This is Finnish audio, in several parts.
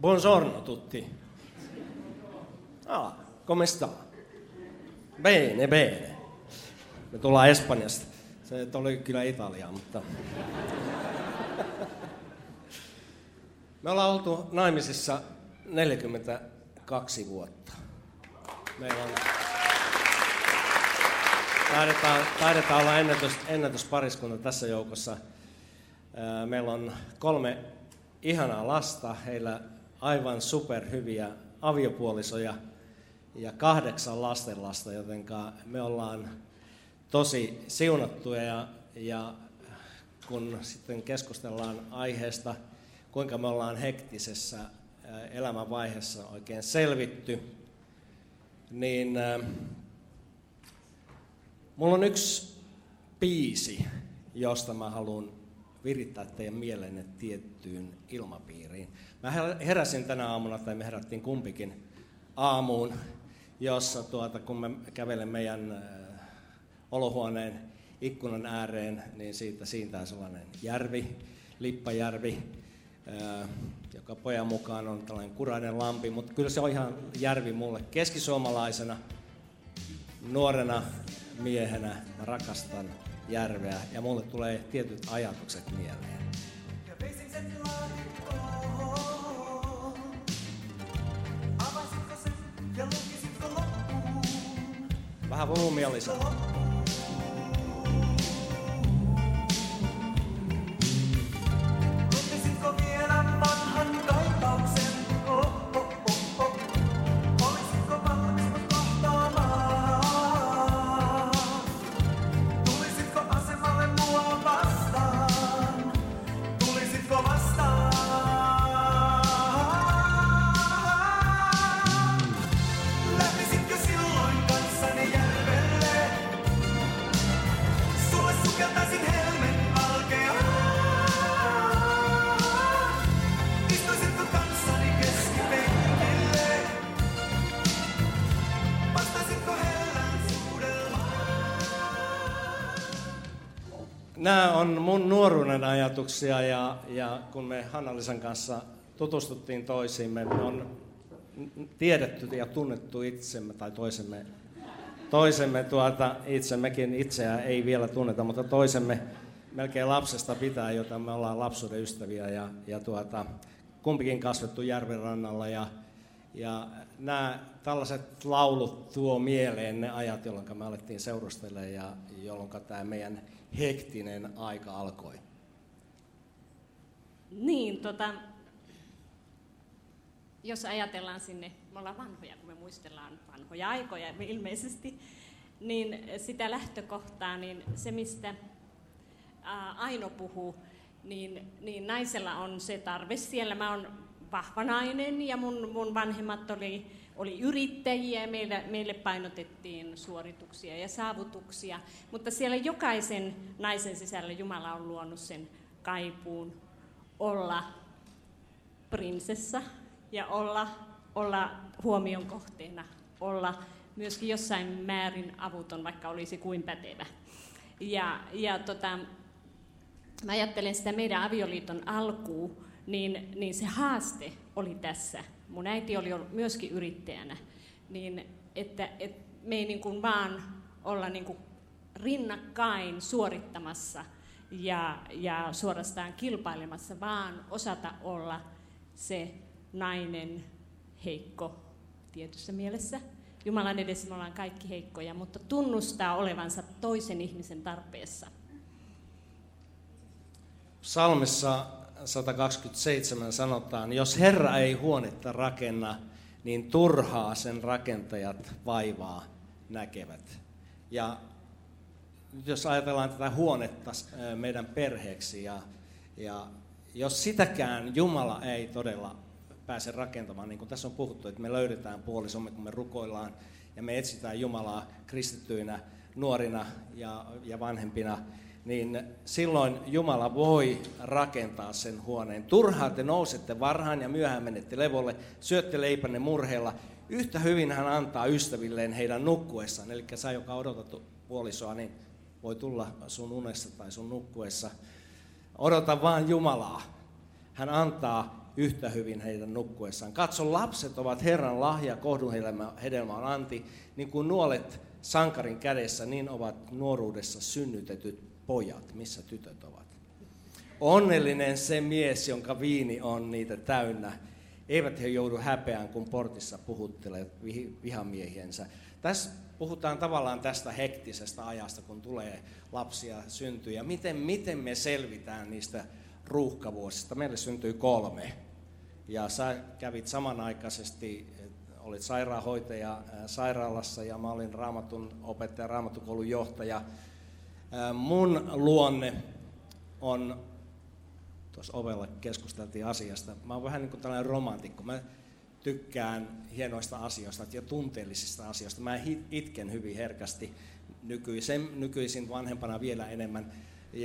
Buongiorno tutti. Come sta? Bene, bene. Me tullaan Espanjasta. Se oli kyllä Italiaa, mutta... Me ollaan oltu naimisissa 42 vuotta. Meillä on... Taidetaan olla ennätyspariskunta tässä joukossa. Meillä on 3 ihanaa lasta, heillä aivan superhyviä aviopuolisoja ja 8 lastenlasta, joten me ollaan tosi siunattuja ja kun sitten keskustellaan aiheesta, kuinka me ollaan hektisessä elämänvaiheessa oikein selvitty, niin mulla on yksi biisi, josta mä haluan virittää teidän mielenne tiettyyn ilmapiiriin. Mä heräsin tänä aamuna, tai me herättiin kumpikin aamuun, jossa kun mä kävelen meidän olohuoneen ikkunan ääreen, niin siitä siintää sellainen järvi, Lippajärvi, joka pojan mukaan on tällainen kurainen lampi, mutta kyllä se on ihan järvi mulle keskisuomalaisena, nuorena miehenä. Mä rakastan järveä ja mulle tulee tietyt ajatukset mieleen. Vähän volyymia lisää. Nämä on mun nuoruuden ajatuksia ja kun me Hanna-Liisan kanssa tutustuttiin toisiimme, me on tiedetty ja tunnettu itsemme tai toisemme itsemmekin itseä ei vielä tunneta, mutta toisemme melkein lapsesta pitää, jota me ollaan lapsuuden ystäviä ja kumpikin kasvettu järven rannalla ja nämä tällaiset laulut tuo mieleen ne ajat, jolloin me alettiin seurustelemaan ja jolloin tämä meidän hektinen aika alkoi. Niin, jos ajatellaan sinne, me ollaan vanhoja, kun me muistellaan vanhoja aikoja ilmeisesti, niin sitä lähtökohtaa, niin se mistä Aino puhuu, niin naisella on se tarve siellä. Mä oon vahva nainen ja mun vanhemmat oli yrittäjiä ja meille painotettiin suorituksia ja saavutuksia, mutta siellä jokaisen naisen sisällä Jumala on luonut sen kaipuun olla prinsessa ja olla huomion kohteena, olla myöskin jossain määrin avuton, vaikka olisi kuin pätevä. Mä ajattelen sitä meidän avioliiton alkuun, niin se haaste oli tässä. Mun äiti oli myöskin yrittäjänä, niin että me ei niin kuin vaan olla niin kuin rinnakkain suorittamassa ja suorastaan kilpailemassa, vaan osata olla se nainen heikko tietyssä mielessä. Jumalan edessä me ollaan kaikki heikkoja, mutta tunnustaa olevansa toisen ihmisen tarpeessa. Psalmissa 127 sanotaan, jos Herra ei huonetta rakenna, niin turhaa sen rakentajat vaivaa näkevät. Ja jos ajatellaan tätä huonetta meidän perheeksi, ja jos sitäkään Jumala ei todella pääse rakentamaan, niin kuin tässä on puhuttu, että me löydetään puolisomme, kun me rukoillaan, ja me etsitään Jumalaa kristittyinä, nuorina ja vanhempina, niin silloin Jumala voi rakentaa sen huoneen. Turhaan te nousette varhain ja myöhään menette levolle, syötte leipänne murheella. Yhtä hyvin hän antaa ystävilleen heidän nukkuessaan. Eli sä, joka odotat puolisoa, niin voi tulla sun unessa tai sun nukkuessa. Odota vaan Jumalaa. Hän antaa yhtä hyvin heidän nukkuessaan. Katso, lapset ovat Herran lahja, kohdun hedelmä on anti. Niin kuin nuolet sankarin kädessä, niin ovat nuoruudessa synnytetyt pojat. Missä tytöt ovat? Onnellinen se mies, jonka viini on niitä täynnä. Eivät he joudu häpeään, kun portissa puhuttelee vihamiehiensä. Tässä puhutaan tavallaan tästä hektisestä ajasta, kun tulee lapsia syntyy. Ja miten me selvitään niistä ruuhkavuosista? Meille syntyi 3. Ja sä kävit samanaikaisesti, olit sairaanhoitaja sairaalassa ja mä olin raamatun opettaja, raamattukoulun johtaja. Mun luonne on, tuossa ovella keskusteltiin asiasta, mä oon vähän niin kuin tällainen romantikko. Mä tykkään hienoista asioista ja tunteellisista asioista. Mä itken hyvin herkästi nykyisin vanhempana vielä enemmän.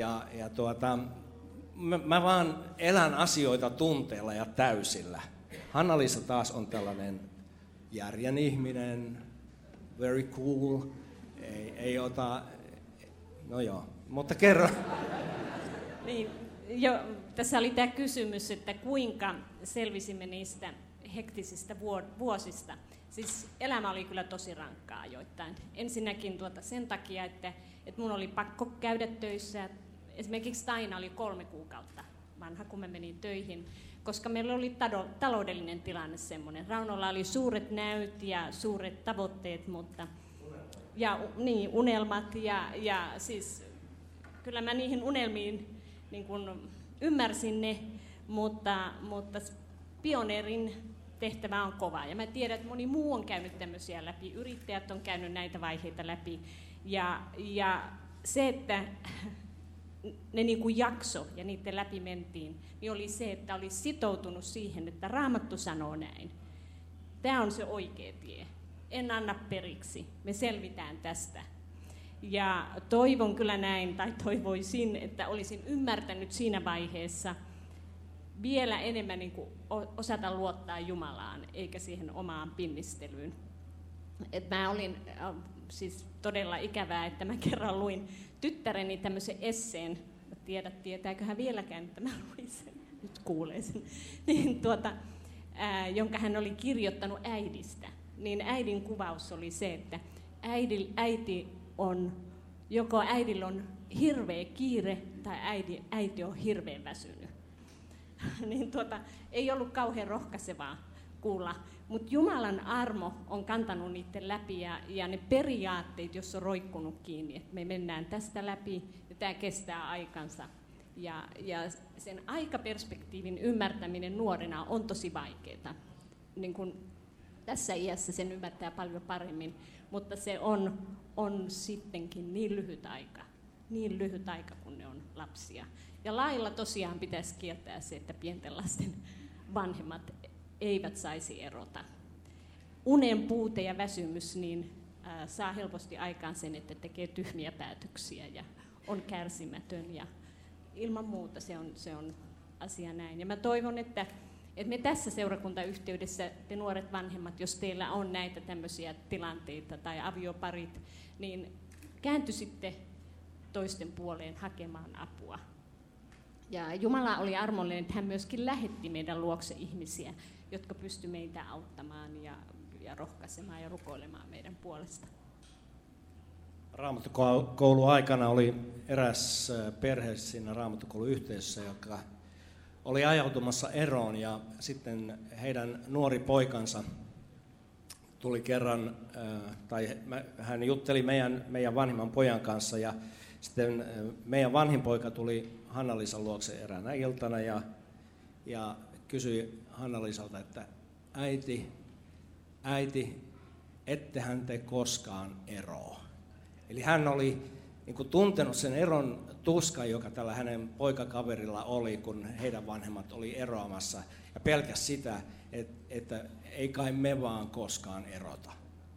Mä vaan elän asioita tunteella ja täysillä. Hanna-Liisa taas on tällainen järjen ihminen, very cool, ei ota, no joo, mutta kerro. Niin, tässä oli tämä kysymys, että kuinka selvisimme niistä hektisistä vuosista. Siis elämä oli kyllä tosi rankkaa ajoittain. Ensinnäkin sen takia, että mun oli pakko käydä töissä. Esimerkiksi Taina oli 3 kuukautta vanha, kun mä menin töihin, koska meillä oli taloudellinen tilanne semmoinen. Raunolla oli suuret näyt ja suuret tavoitteet, unelmat ja siis kyllä mä niihin unelmiin niin kun ymmärsin ne, mutta pioneerin tehtävä on kova. Ja mä tiedän, että moni muu on käynyt tämmöisiä läpi, yrittäjät on käynyt näitä vaiheita läpi. Ja se, että ne niin kuin jakso ja niiden läpi mentiin, niin oli se, että oli sitoutunut siihen, että Raamattu sanoo näin. Tämä on se oikea tie. En anna periksi. Me selvitään tästä. Ja toivon kyllä näin, tai toivoisin, että olisin ymmärtänyt siinä vaiheessa vielä enemmän niin kuin osata luottaa Jumalaan, eikä siihen omaan pinnistelyyn. Et mä olin siis todella ikävää, että mä kerran luin tyttäreni tämmöisen esseen, tietääkö hän vieläkään, että mä luin sen, nyt kuulee sen, niin jonka hän oli kirjoittanut äidistä. Niin äidin kuvaus oli se, että joko äidillä on hirveä kiire tai äiti on hirveän väsynyt. Niin ei ollut kauhean rohkaisevaa kuulla, mutta Jumalan armo on kantanut niiden läpi ja ne periaatteet, jos on roikkunut kiinni, että me mennään tästä läpi ja tämä kestää aikansa. Ja sen aikaperspektiivin ymmärtäminen nuorena on tosi vaikeaa. Niin kun tässä iässä sen ymmärtää paljon paremmin, mutta se on sittenkin niin lyhyt aika, kun ne on lapsia. Ja lailla tosiaan pitäisi kieltää se, että pienten lasten vanhemmat eivät saisi erota. Unen puute ja väsymys niin saa helposti aikaan sen, että tekee tyhmiä päätöksiä ja on kärsimätön. Ja ilman muuta se on asia näin. Ja mä toivon, että me tässä seurakuntayhteydessä, te nuoret vanhemmat, jos teillä on näitä tämmöisiä tilanteita tai avioparit, niin kääntyisitte toisten puoleen hakemaan apua. Ja Jumala oli armollinen, että hän myöskin lähetti meidän luokse ihmisiä, jotka pystyivät meitä auttamaan ja rohkaisemaan ja rukoilemaan meidän puolesta. Raamattukoulun aikana oli eräs perhe siinä raamattukoulun yhteisössä, joka oli ajautumassa eroon, ja sitten heidän nuori poikansa tuli kerran, hän jutteli meidän vanhimman pojan kanssa, ja sitten meidän vanhin poika tuli Hanna-Liisan luokse eräänä iltana ja kysyi Hanna-Liisalta, että äiti, ettehän te koskaan eroa. Eli hän oli niin kuin tuntenut sen eron tuskan, joka tällä hänen poikakaverilla oli, kun heidän vanhemmat oli eroamassa. Ja pelkäsi sitä, että ei kai me vaan koskaan erota.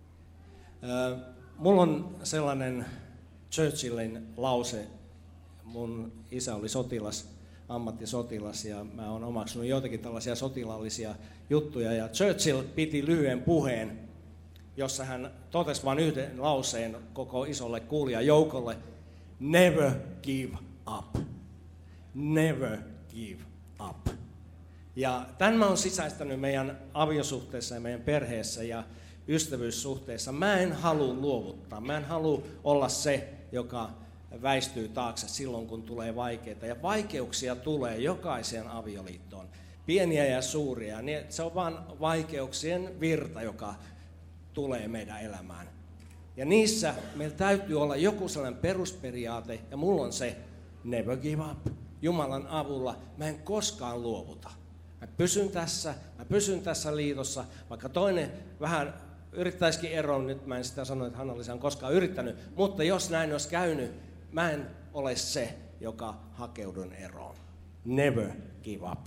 Mulla on sellainen Churchillin lause. Mun isä oli ammattisotilas, ja mä oon omaksunut joitakin tällaisia sotilaallisia juttuja. Ja Churchill piti lyhyen puheen, jossa hän totesi vain yhden lauseen koko isolle kuulijajoukolle: never give up. Never give up. Ja tämän mä oon sisäistänyt meidän aviosuhteessa ja meidän perheessä ja ystävyyssuhteessa. Mä en halua luovuttaa. Mä en halua olla se, joka väistyy taakse silloin, kun tulee vaikeita. Ja vaikeuksia tulee jokaiseen avioliittoon. Pieniä ja suuria. Se on vain vaikeuksien virta, joka tulee meidän elämään. Ja niissä meillä täytyy olla joku sellainen perusperiaate, ja mulla on se never give up. Jumalan avulla mä en koskaan luovuta. Mä pysyn tässä liitossa, vaikka toinen vähän yrittäisikin eroon, nyt mä en sitä sano, että Hanna-Liisa on koskaan yrittänyt, mutta jos näin olisi käynyt, mä en ole se, joka hakeudun eroon. Never give up.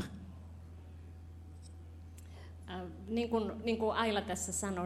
Niin kuin Aila tässä sanoi,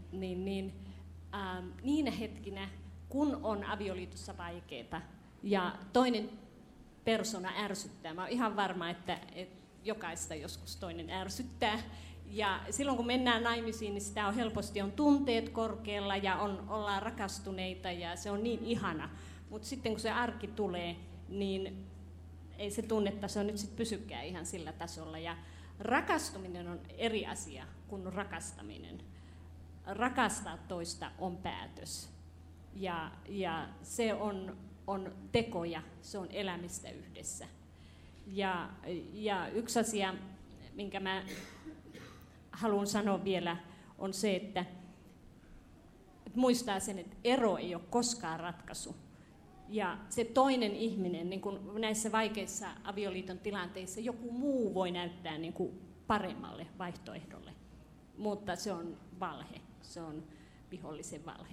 niinä hetkinä, kun on avioliitossa vaikeaa ja toinen persona ärsyttää, mä oon ihan varma, että jokaista joskus toinen ärsyttää. Ja silloin kun mennään naimisiin, niin sitä on helposti tunteet korkealla ja ollaan rakastuneita ja se on niin ihana. Mutta sitten kun se arki tulee, niin ei se tunnetaso nyt sit pysykään ihan sillä tasolla. Ja rakastuminen on eri asia kuin rakastaminen. Rakastaa toista on päätös. Ja se on tekoja, se on elämistä yhdessä. Ja yksi asia, minkä mä haluan sanoa vielä, on se, että muistaa sen, että ero ei ole koskaan ratkaisu. Ja se toinen ihminen, niin kuin näissä vaikeissa avioliiton tilanteissa, joku muu voi näyttää niin kuin paremmalle vaihtoehdolle. Mutta se on valhe, se on vihollisen valhe.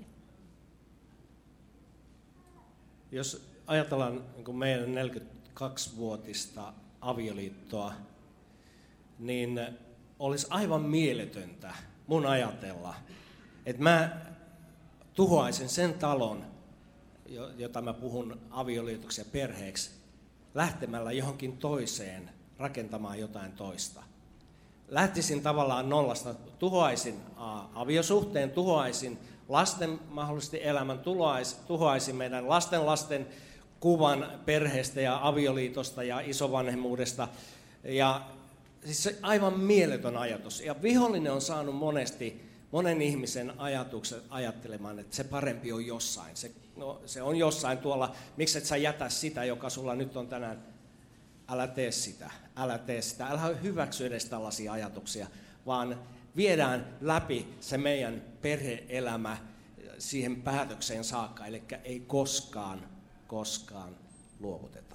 Jos ajatellaan niin meidän 42-vuotista avioliittoa, niin olisi aivan mieletöntä mun ajatella, että mä tuhoaisin sen talon, jota mä puhun avioliitoksi ja perheeksi, lähtemällä johonkin toiseen rakentamaan jotain toista. Lähtisin tavallaan nollasta, tuhoaisin aviosuhteen, tuhoaisin lasten mahdollisesti elämän, tuhoaisin meidän lasten kuvan perheestä ja avioliitosta ja isovanhemmuudesta. Ja siis se aivan mieletön ajatus. Ja vihollinen on saanut monen ihmisen ajatukset ajattelemaan, että se parempi on jossain. Se on jossain tuolla, miksi et sä jätä sitä, joka sulla nyt on tänään. Älä tee sitä, älä hyväksy edes tällaisia ajatuksia, vaan viedään läpi se meidän perhe-elämä siihen päätökseen saakka, eli ei koskaan luovuteta.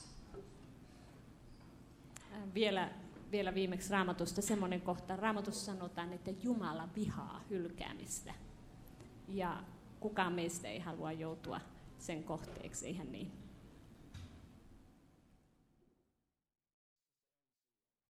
Vielä viimeksi Raamatusta semmoinen kohta. Raamatussa sanotaan, että Jumala vihaa hylkäämistä. Ja kukaan meistä ei halua joutua sen kohteeksi, eihän niin?